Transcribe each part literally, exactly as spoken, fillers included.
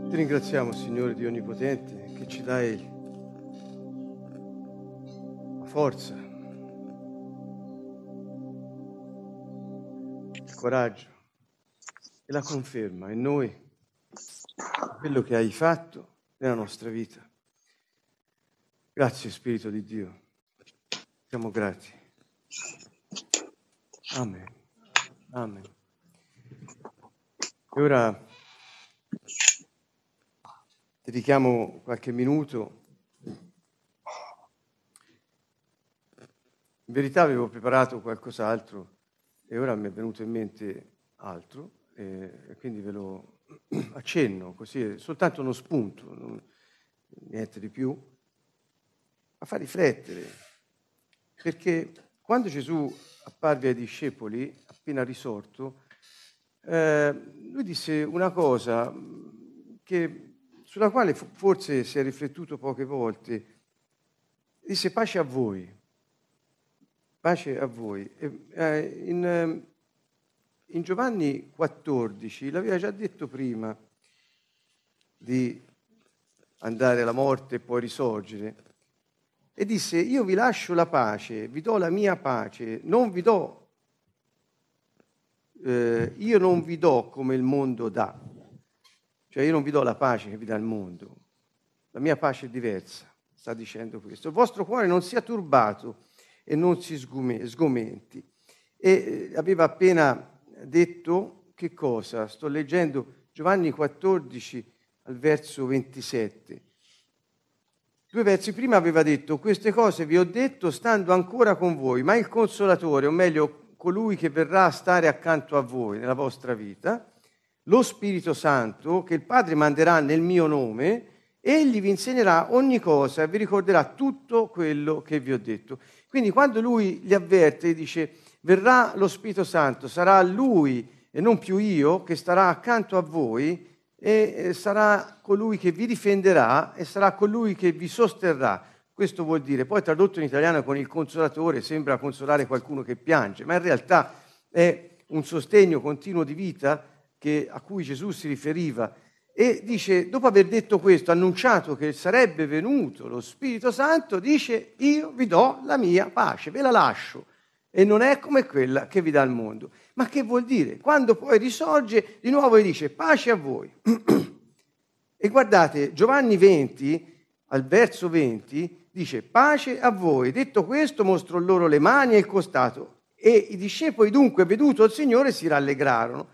Ti ringraziamo, Signore Dio Onnipotente, che ci dai la forza, il coraggio e la conferma in noi di quello che hai fatto nella nostra vita. Grazie, Spirito di Dio. Siamo grati. Amen. Amen. E ora dedichiamo qualche minuto. In verità avevo preparato qualcos'altro e ora mi è venuto in mente altro e quindi ve lo accenno così, è soltanto uno spunto, non, niente di più, a far riflettere, perché quando Gesù apparve ai discepoli, appena risorto, eh, lui disse una cosa che sulla quale forse si è riflettuto poche volte. Disse: pace a voi, pace a voi. E, in, in Giovanni quattordici, l'aveva già detto prima di andare alla morte e poi risorgere, e disse: io vi lascio la pace, vi do la mia pace, non vi do, eh, io non vi do come il mondo dà. Cioè io non vi do la pace che vi dà il mondo, la mia pace è diversa, sta dicendo questo. Il vostro cuore non sia turbato e non si sgomenti. E aveva appena detto che cosa? Sto leggendo Giovanni quattordici al verso ventisette. Due versi prima aveva detto: queste cose vi ho detto stando ancora con voi, ma il Consolatore, o meglio colui che verrà a stare accanto a voi nella vostra vita, lo Spirito Santo, che il Padre manderà nel mio nome, egli vi insegnerà ogni cosa e vi ricorderà tutto quello che vi ho detto. Quindi quando lui li avverte, dice: verrà lo Spirito Santo, sarà lui e non più io che starà accanto a voi e sarà colui che vi difenderà e sarà colui che vi sosterrà. Questo vuol dire, poi tradotto in italiano con il Consolatore sembra consolare qualcuno che piange, ma in realtà è un sostegno continuo di vita che, a cui Gesù si riferiva. E dice, dopo aver detto questo, annunciato che sarebbe venuto lo Spirito Santo, dice: io vi do la mia pace, ve la lascio, e non è come quella che vi dà il mondo. Ma che vuol dire? Quando poi risorge, di nuovo gli dice: pace a voi. E guardate, Giovanni venti, al verso venti, dice: pace a voi. Detto questo, mostrò loro le mani e il costato. E i discepoli, dunque, veduto il Signore, si rallegrarono.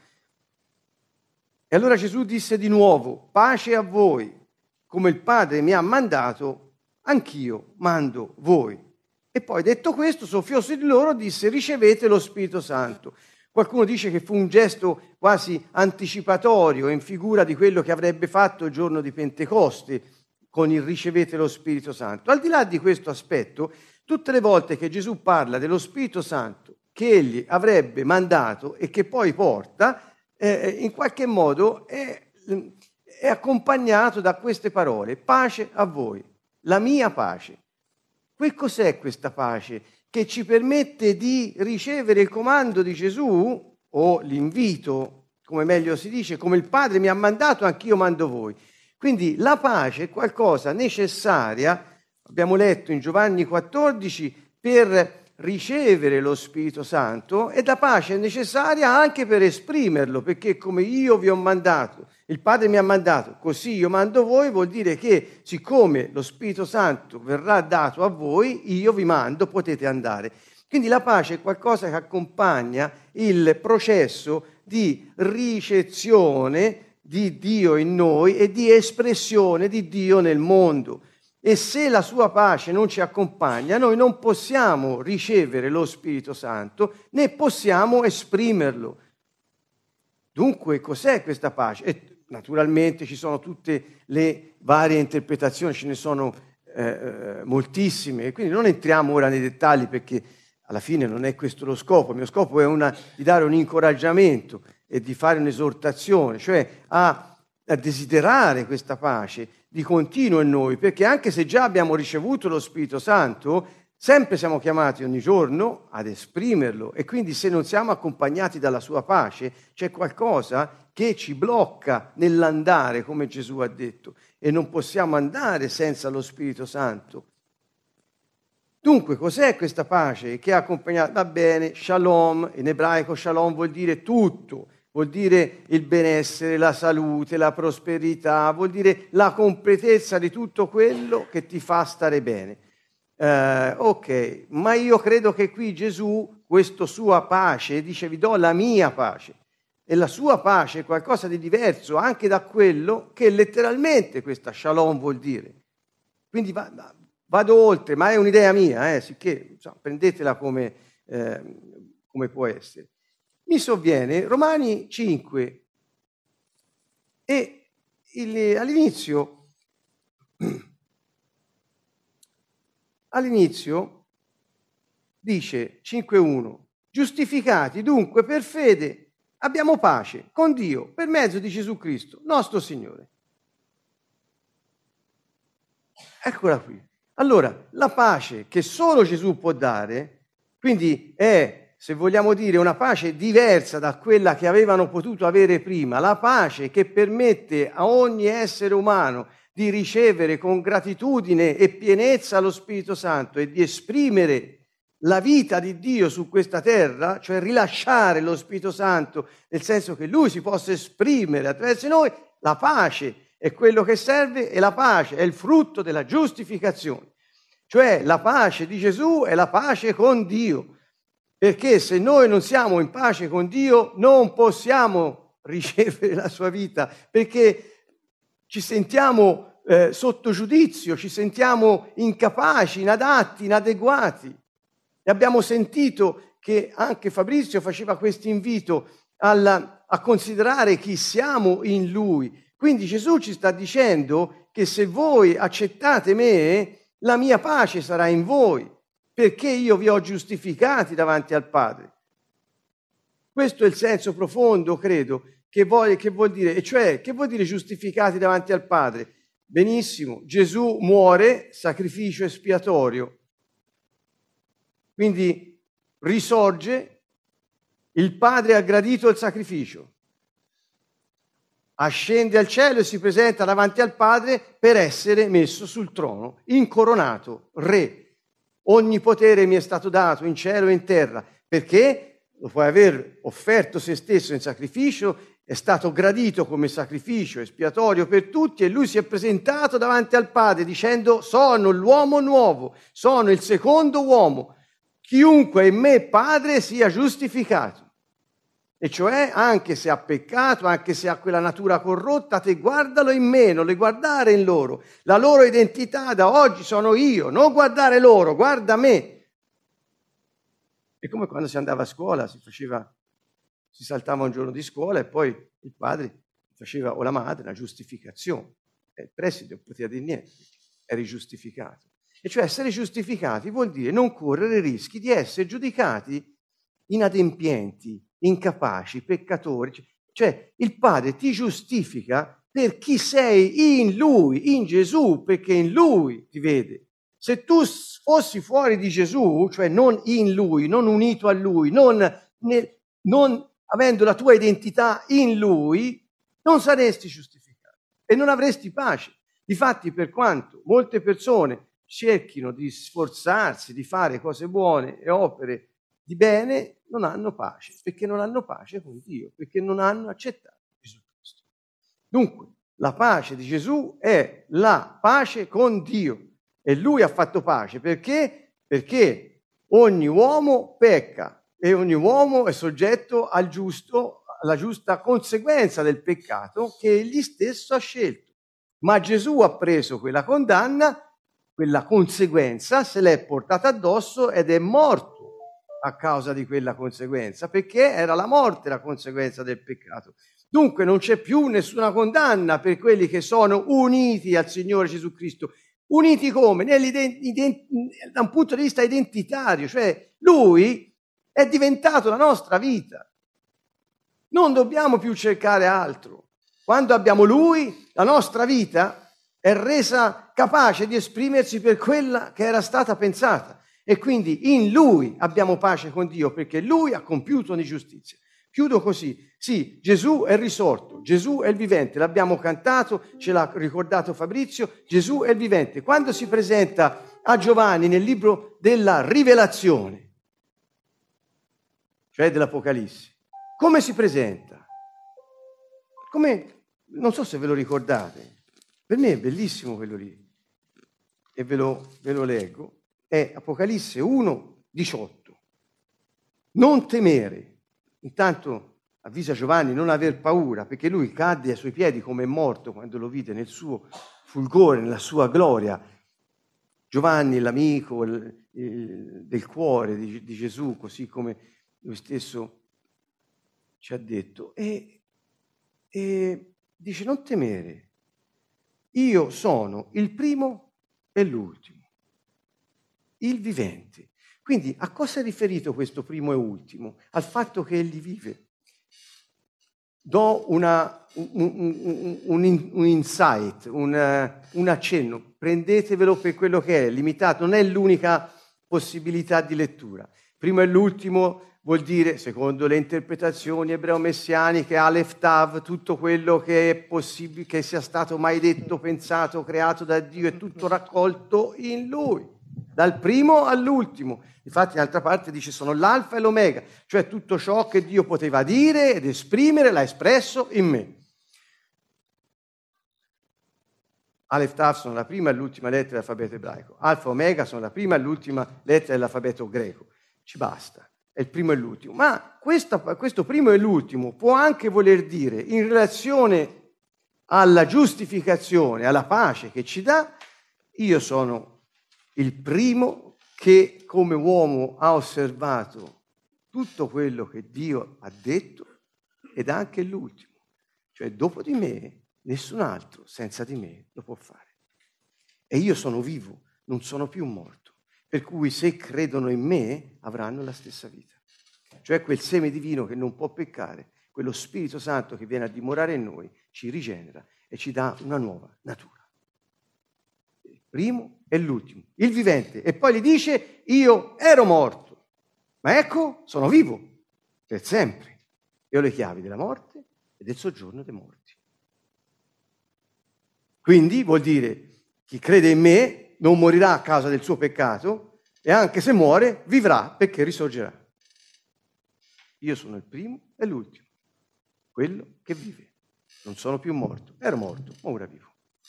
E allora Gesù disse di nuovo: pace a voi, come il Padre mi ha mandato, anch'io mando voi. E poi, detto questo, soffiò su di loro, disse: ricevete lo Spirito Santo. Qualcuno dice che fu un gesto quasi anticipatorio, in figura di quello che avrebbe fatto il giorno di Pentecoste, con il ricevete lo Spirito Santo. Al di là di questo aspetto, tutte le volte che Gesù parla dello Spirito Santo che egli avrebbe mandato e che poi porta, Eh, in qualche modo è, è accompagnato da queste parole: pace a voi, la mia pace. Che cos'è questa pace che ci permette di ricevere il comando di Gesù, o l'invito, come meglio si dice, come il Padre mi ha mandato, anch'io mando voi. Quindi la pace è qualcosa necessaria, abbiamo letto in Giovanni quattordici, per ricevere lo Spirito Santo, e la pace è necessaria anche per esprimerlo, perché come io vi ho mandato, il Padre mi ha mandato, così io mando voi, vuol dire che siccome lo Spirito Santo verrà dato a voi, io vi mando, potete andare. Quindi la pace è qualcosa che accompagna il processo di ricezione di Dio in noi e di espressione di Dio nel mondo. E se la sua pace non ci accompagna, noi non possiamo ricevere lo Spirito Santo, né possiamo esprimerlo. Dunque, cos'è questa pace? E naturalmente ci sono tutte le varie interpretazioni, ce ne sono eh, moltissime, e quindi non entriamo ora nei dettagli, perché alla fine non è questo lo scopo. Il mio scopo è una, di dare un incoraggiamento e di fare un'esortazione, cioè a, a desiderare questa pace di continuo in noi, perché anche se già abbiamo ricevuto lo Spirito Santo, sempre siamo chiamati ogni giorno ad esprimerlo e quindi se non siamo accompagnati dalla sua pace c'è qualcosa che ci blocca nell'andare, come Gesù ha detto, e non possiamo andare senza lo Spirito Santo. Dunque, cos'è questa pace che ha accompagnato? Va bene, shalom, in ebraico shalom vuol dire tutto, vuol dire il benessere, la salute, la prosperità, vuol dire la completezza di tutto quello che ti fa stare bene. Eh, ok, ma io credo che qui Gesù, questa sua pace, dice vi do la mia pace. E la sua pace è qualcosa di diverso anche da quello che letteralmente questa shalom vuol dire. Quindi va, va, vado oltre, ma è un'idea mia, eh, sicché insomma, prendetela come, eh, come può essere. Mi sovviene Romani cinque e il, all'inizio, all'inizio dice cinque uno, giustificati dunque per fede abbiamo pace con Dio per mezzo di Gesù Cristo, nostro Signore. Eccola qui. Allora, la pace che solo Gesù può dare, quindi è, se vogliamo dire, una pace diversa da quella che avevano potuto avere prima, la pace che permette a ogni essere umano di ricevere con gratitudine e pienezza lo Spirito Santo e di esprimere la vita di Dio su questa terra, cioè rilasciare lo Spirito Santo, nel senso che Lui si possa esprimere attraverso noi, la pace è quello che serve e la pace è il frutto della giustificazione. Cioè la pace di Gesù è la pace con Dio, perché se noi non siamo in pace con Dio non possiamo ricevere la sua vita, perché ci sentiamo eh, sotto giudizio, ci sentiamo incapaci, inadatti, inadeguati. E abbiamo sentito che anche Fabrizio faceva questo invito alla, a considerare chi siamo in Lui. Quindi Gesù ci sta dicendo che se voi accettate me, la mia pace sarà in voi, perché io vi ho giustificati davanti al Padre. Questo è il senso profondo, credo, che vuol, che vuol dire, e cioè, che vuol dire giustificati davanti al Padre? Benissimo, Gesù muore, sacrificio espiatorio. Quindi risorge, il Padre ha gradito il sacrificio, ascende al cielo e si presenta davanti al Padre per essere messo sul trono, incoronato, re. Ogni potere mi è stato dato in cielo e in terra, perché dopo aver offerto se stesso in sacrificio è stato gradito come sacrificio espiatorio per tutti e lui si è presentato davanti al Padre dicendo sono l'uomo nuovo, sono il secondo uomo. Chiunque in me, Padre, sia giustificato. E cioè, anche se ha peccato, anche se ha quella natura corrotta, te guardalo in me, non le guardare in loro. La loro identità da oggi sono io, non guardare loro, guarda me. È come quando si andava a scuola, si faceva, si saltava un giorno di scuola e poi il padre faceva, o la madre, una giustificazione. E il preside non poteva dire niente, eri giustificato. E cioè essere giustificati vuol dire non correre rischi di essere giudicati inadempienti, incapaci, peccatori. Cioè il Padre ti giustifica per chi sei in Lui, in Gesù, perché in Lui ti vede. Se tu fossi fuori di Gesù, cioè non in Lui, non unito a Lui, non, nel, non avendo la tua identità in Lui, non saresti giustificato e non avresti pace. Difatti, per quanto molte persone cerchino di sforzarsi di fare cose buone e opere di bene, non hanno pace, perché non hanno pace con Dio, perché non hanno accettato Gesù Cristo. Dunque, la pace di Gesù è la pace con Dio e Lui ha fatto pace perché? Perché ogni uomo pecca e ogni uomo è soggetto al giusto, alla giusta conseguenza del peccato che egli stesso ha scelto. Ma Gesù ha preso quella condanna, quella conseguenza, se l'è portata addosso ed è morto a causa di quella conseguenza, perché era la morte la conseguenza del peccato. Dunque non c'è più nessuna condanna per quelli che sono uniti al Signore Gesù Cristo. Uniti come? Da un punto di vista identitario, cioè Lui è diventato la nostra vita. Non dobbiamo più cercare altro. Quando abbiamo Lui, la nostra vita è resa capace di esprimersi per quella che era stata pensata. E quindi in Lui abbiamo pace con Dio perché Lui ha compiuto ogni giustizia. Chiudo così. Sì, Gesù è risorto, Gesù è il vivente, l'abbiamo cantato, ce l'ha ricordato Fabrizio, Gesù è il vivente. Quando si presenta a Giovanni nel libro della Rivelazione, cioè dell'Apocalisse, come si presenta? Come, non so se ve lo ricordate, per me è bellissimo quello lì, e ve lo, ve lo leggo, è Apocalisse uno, diciotto. Non temere. Intanto avvisa Giovanni non aver paura, perché lui cadde ai suoi piedi come morto quando lo vide nel suo fulgore, nella sua gloria. Giovanni, l'amico il, il, del cuore di, di Gesù, così come lui stesso ci ha detto. E, e dice: non temere, io sono il primo e l'ultimo, il vivente. Quindi a cosa è riferito questo primo e ultimo? Al fatto che egli vive. Do una, un, un, un, un insight, un, un accenno, prendetevelo per quello che è, limitato, non è l'unica possibilità di lettura. Primo e l'ultimo vuol dire, secondo le interpretazioni ebreo-messianiche, Aleph Tav, tutto quello che è possibile, che sia stato mai detto, pensato, creato da Dio, è tutto raccolto in Lui, dal primo all'ultimo. Infatti, in altra parte dice: sono l'alfa e l'omega, cioè tutto ciò che Dio poteva dire ed esprimere l'ha espresso in me. Aleph Tav sono la prima e l'ultima lettera dell'alfabeto ebraico. Alfa e omega sono la prima e l'ultima lettera dell'alfabeto greco. Ci basta, è il primo e l'ultimo. Ma questa, questo primo e l'ultimo può anche voler dire, in relazione alla giustificazione, alla pace che ci dà, io sono il primo che come uomo ha osservato tutto quello che Dio ha detto, ed anche l'ultimo. Cioè, dopo di me, nessun altro senza di me lo può fare. E io sono vivo, non sono più morto. Per cui se credono in me, avranno la stessa vita. Cioè quel seme divino che non può peccare, quello Spirito Santo che viene a dimorare in noi, ci rigenera e ci dà una nuova natura. Il primo e l'ultimo, il vivente. E poi gli dice: io ero morto, ma ecco, sono vivo per sempre. E ho le chiavi della morte e del soggiorno dei morti. Quindi vuol dire: chi crede in me non morirà a causa del suo peccato, e anche se muore vivrà perché risorgerà. Io sono il primo e l'ultimo, quello che vive. Non sono più morto, ero morto, ma ora vivo.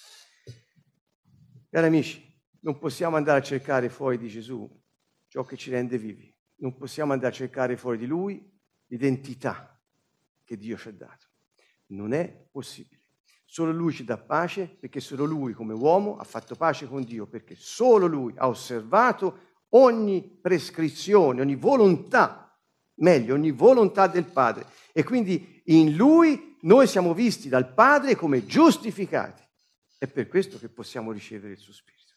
Cari amici, non possiamo andare a cercare fuori di Gesù ciò che ci rende vivi. Non possiamo andare a cercare fuori di Lui l'identità che Dio ci ha dato. Non è possibile. Solo Lui ci dà pace, perché solo Lui come uomo ha fatto pace con Dio, perché solo Lui ha osservato ogni prescrizione, ogni volontà, meglio, ogni volontà del Padre. E quindi in Lui noi siamo visti dal Padre come giustificati. È per questo che possiamo ricevere il suo Spirito.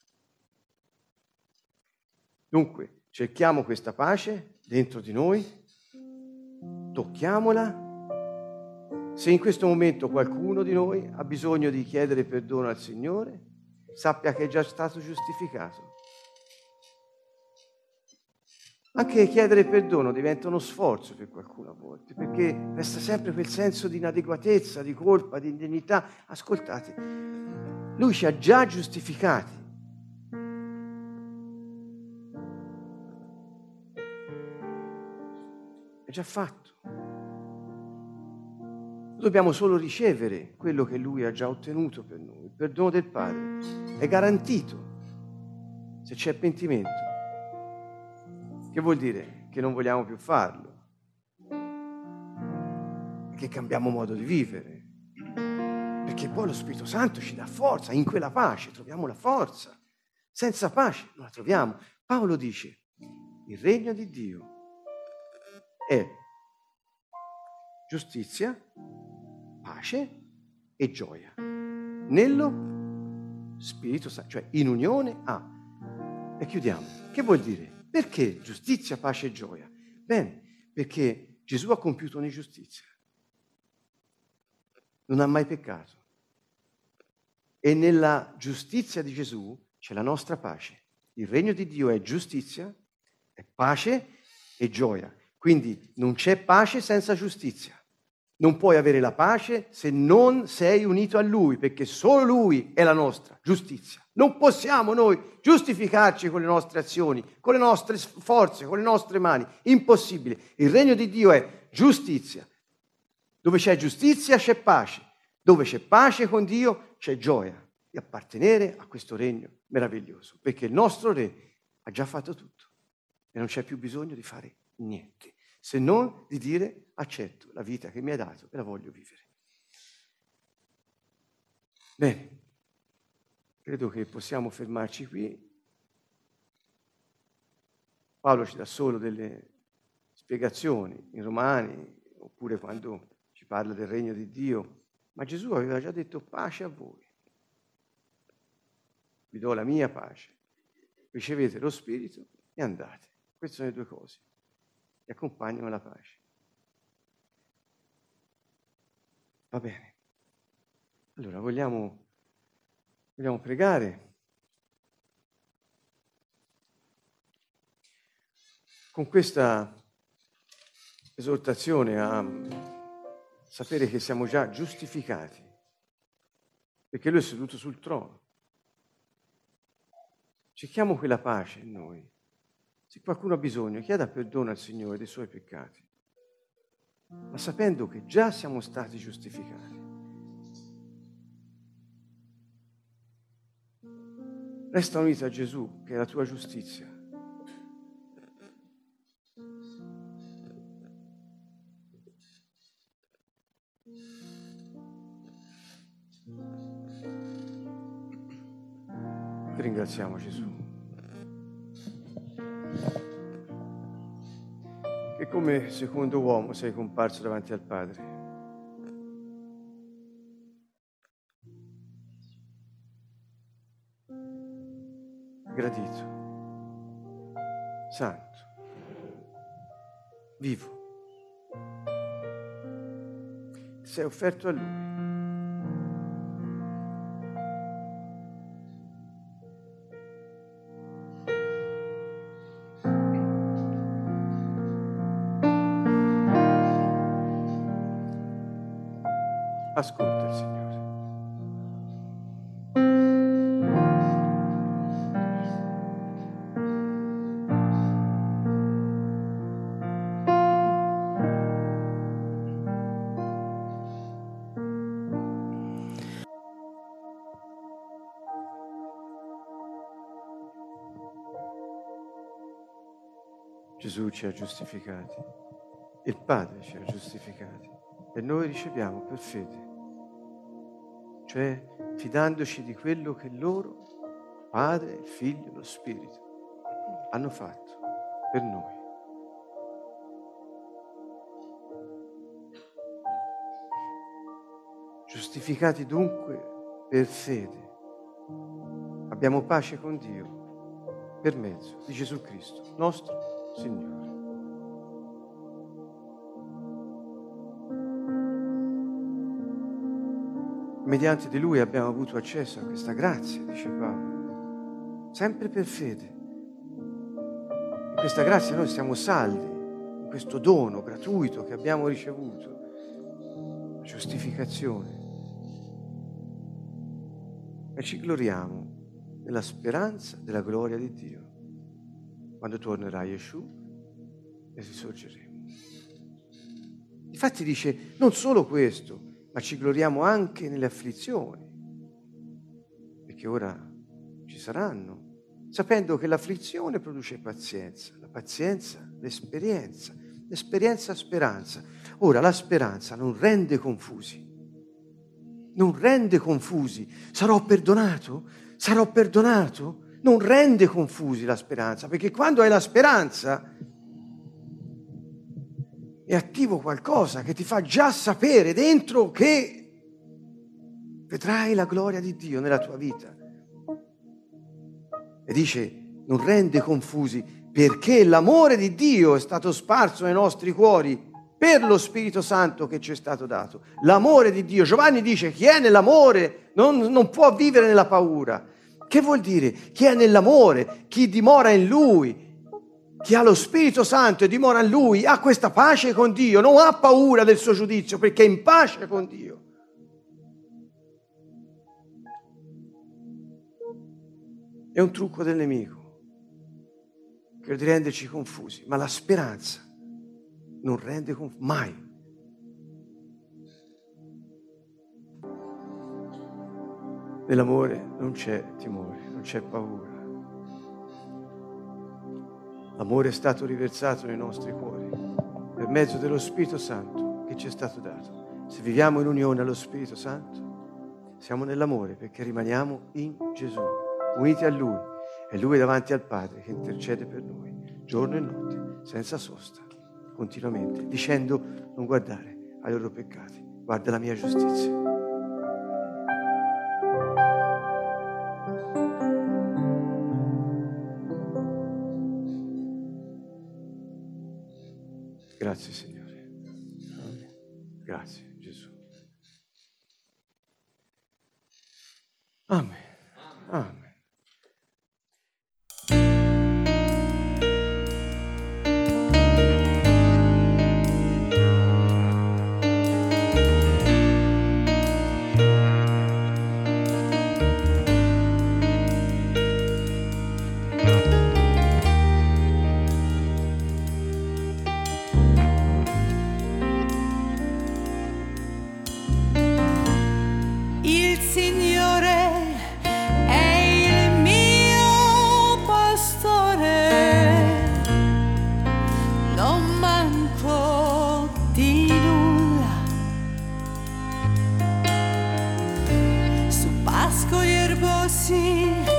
Dunque, cerchiamo questa pace dentro di noi, tocchiamola. Se in questo momento qualcuno di noi ha bisogno di chiedere perdono al Signore, sappia che è già stato giustificato. Anche chiedere perdono diventa uno sforzo per qualcuno a volte, perché resta sempre quel senso di inadeguatezza, di colpa, di indegnità. Ascoltate, Lui ci ha già giustificati. È già fatto. Dobbiamo solo ricevere quello che Lui ha già ottenuto per noi. Il perdono del Padre è garantito se c'è pentimento. Che vuol dire? Che non vogliamo più farlo, che cambiamo modo di vivere, perché poi lo Spirito Santo ci dà forza. In quella pace troviamo la forza. Senza pace non la troviamo. Paolo dice: il regno di Dio è giustizia, pace e gioia nello Spirito Santo, cioè in unione a. E chiudiamo. Che vuol dire? Perché giustizia, pace e gioia? Bene, perché Gesù ha compiuto ogni giustizia. Non ha mai peccato. E nella giustizia di Gesù c'è la nostra pace. Il regno di Dio è giustizia, è pace e gioia. Quindi non c'è pace senza giustizia. Non puoi avere la pace se non sei unito a Lui, perché solo Lui è la nostra giustizia. Non possiamo noi giustificarci con le nostre azioni, con le nostre forze, con le nostre mani. Impossibile. Il regno di Dio è giustizia. Dove c'è giustizia c'è pace. Dove c'è pace con Dio c'è gioia di appartenere a questo regno meraviglioso, perché il nostro Re ha già fatto tutto e non c'è più bisogno di fare niente, se non di dire accetto la vita che mi hai dato e la voglio vivere. Bene, credo che possiamo fermarci qui. Paolo ci dà solo delle spiegazioni in Romani, oppure quando ci parla del regno di Dio, ma Gesù aveva già detto pace a voi. Vi do la mia pace, ricevete lo Spirito e andate. Queste sono le due cose che accompagnano la pace. Va bene. Allora, vogliamo, vogliamo pregare con questa esortazione a sapere che siamo già giustificati, perché Lui è seduto sul trono. Cerchiamo quella pace in noi. Se qualcuno ha bisogno, chieda perdono al Signore dei suoi peccati, ma sapendo che già siamo stati giustificati. Resta unito a Gesù, che è la tua giustizia. Ti ringraziamo, Gesù, che come secondo uomo sei comparso davanti al Padre. Gradito, santo, vivo. Ti sei offerto a Lui. Ascolta il Signore. Gesù ci ha giustificati, il Padre ci ha giustificati e noi riceviamo per fede, cioè fidandoci di quello che loro, Padre, il Figlio e lo Spirito, hanno fatto per noi. Giustificati dunque per fede, abbiamo pace con Dio per mezzo di Gesù Cristo, nostro Signore. Mediante di Lui abbiamo avuto accesso a questa grazia, dice Paolo, sempre per fede. In questa grazia noi siamo salvi, in questo dono gratuito che abbiamo ricevuto, la giustificazione. E ci gloriamo nella speranza della gloria di Dio, quando tornerà Gesù e risorgeremo. Infatti dice non solo questo, ma ci gloriamo anche nelle afflizioni, perché ora ci saranno, sapendo che l'afflizione produce pazienza, la pazienza l'esperienza, l'esperienza speranza. Ora la speranza non rende confusi, non rende confusi. Sarò perdonato? Sarò perdonato? Non rende confusi la speranza, perché quando hai la speranza è attivo qualcosa che ti fa già sapere dentro che vedrai la gloria di Dio nella tua vita. E dice, non rende confusi, perché l'amore di Dio è stato sparso nei nostri cuori per lo Spirito Santo che ci è stato dato. L'amore di Dio. Giovanni dice, chi è nell'amore non, non può vivere nella paura. Che vuol dire? Chi è nell'amore, chi dimora in Lui, Chi ha lo Spirito Santo e dimora in Lui ha questa pace con Dio, non ha paura del suo giudizio perché è in pace con Dio. È un trucco del nemico, quello di renderci confusi, ma la speranza non rende confusi, mai. Nell'amore non c'è timore, non c'è paura. L'amore è stato riversato nei nostri cuori per mezzo dello Spirito Santo che ci è stato dato. Se viviamo in unione allo Spirito Santo, siamo nell'amore perché rimaniamo in Gesù, uniti a Lui. È Lui davanti al Padre che intercede per noi, giorno e notte, senza sosta, continuamente, dicendo: non guardare ai loro peccati, guarda la mia giustizia. Grazie Signore. Grazie Gesù. Amen. Amen. Il Signore è il mio pastore, non manco di nulla. Su pascoli erbosi